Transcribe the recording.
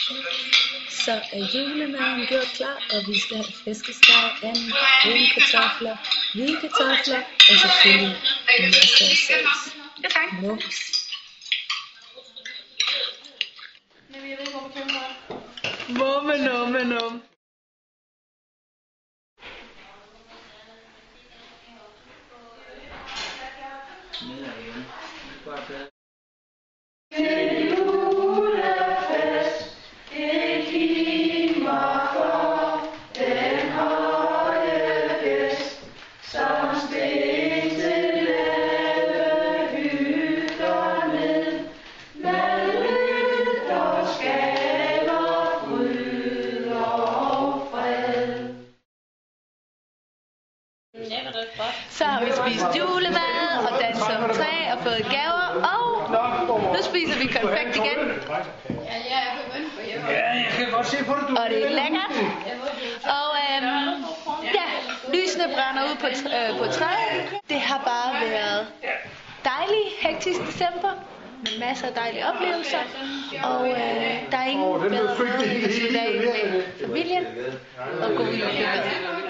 Så er julemaden gjort klar, og vi skal have flæskesteg, and, brune kartofler, hvide kartofler, og selvfølgelig masser af sovs. Ja, tak. Mums. Num. Så har vi spist julemad og danset om træ og fået gaver, og nu spiser vi konfekt igen. Og det er lækkert. Og lysene brænder ud på træet. Det har bare været dejlig hektisk december med masser af dejlige oplevelser. Og der er ingen bedre måde end at slutte af med familien og gå ud og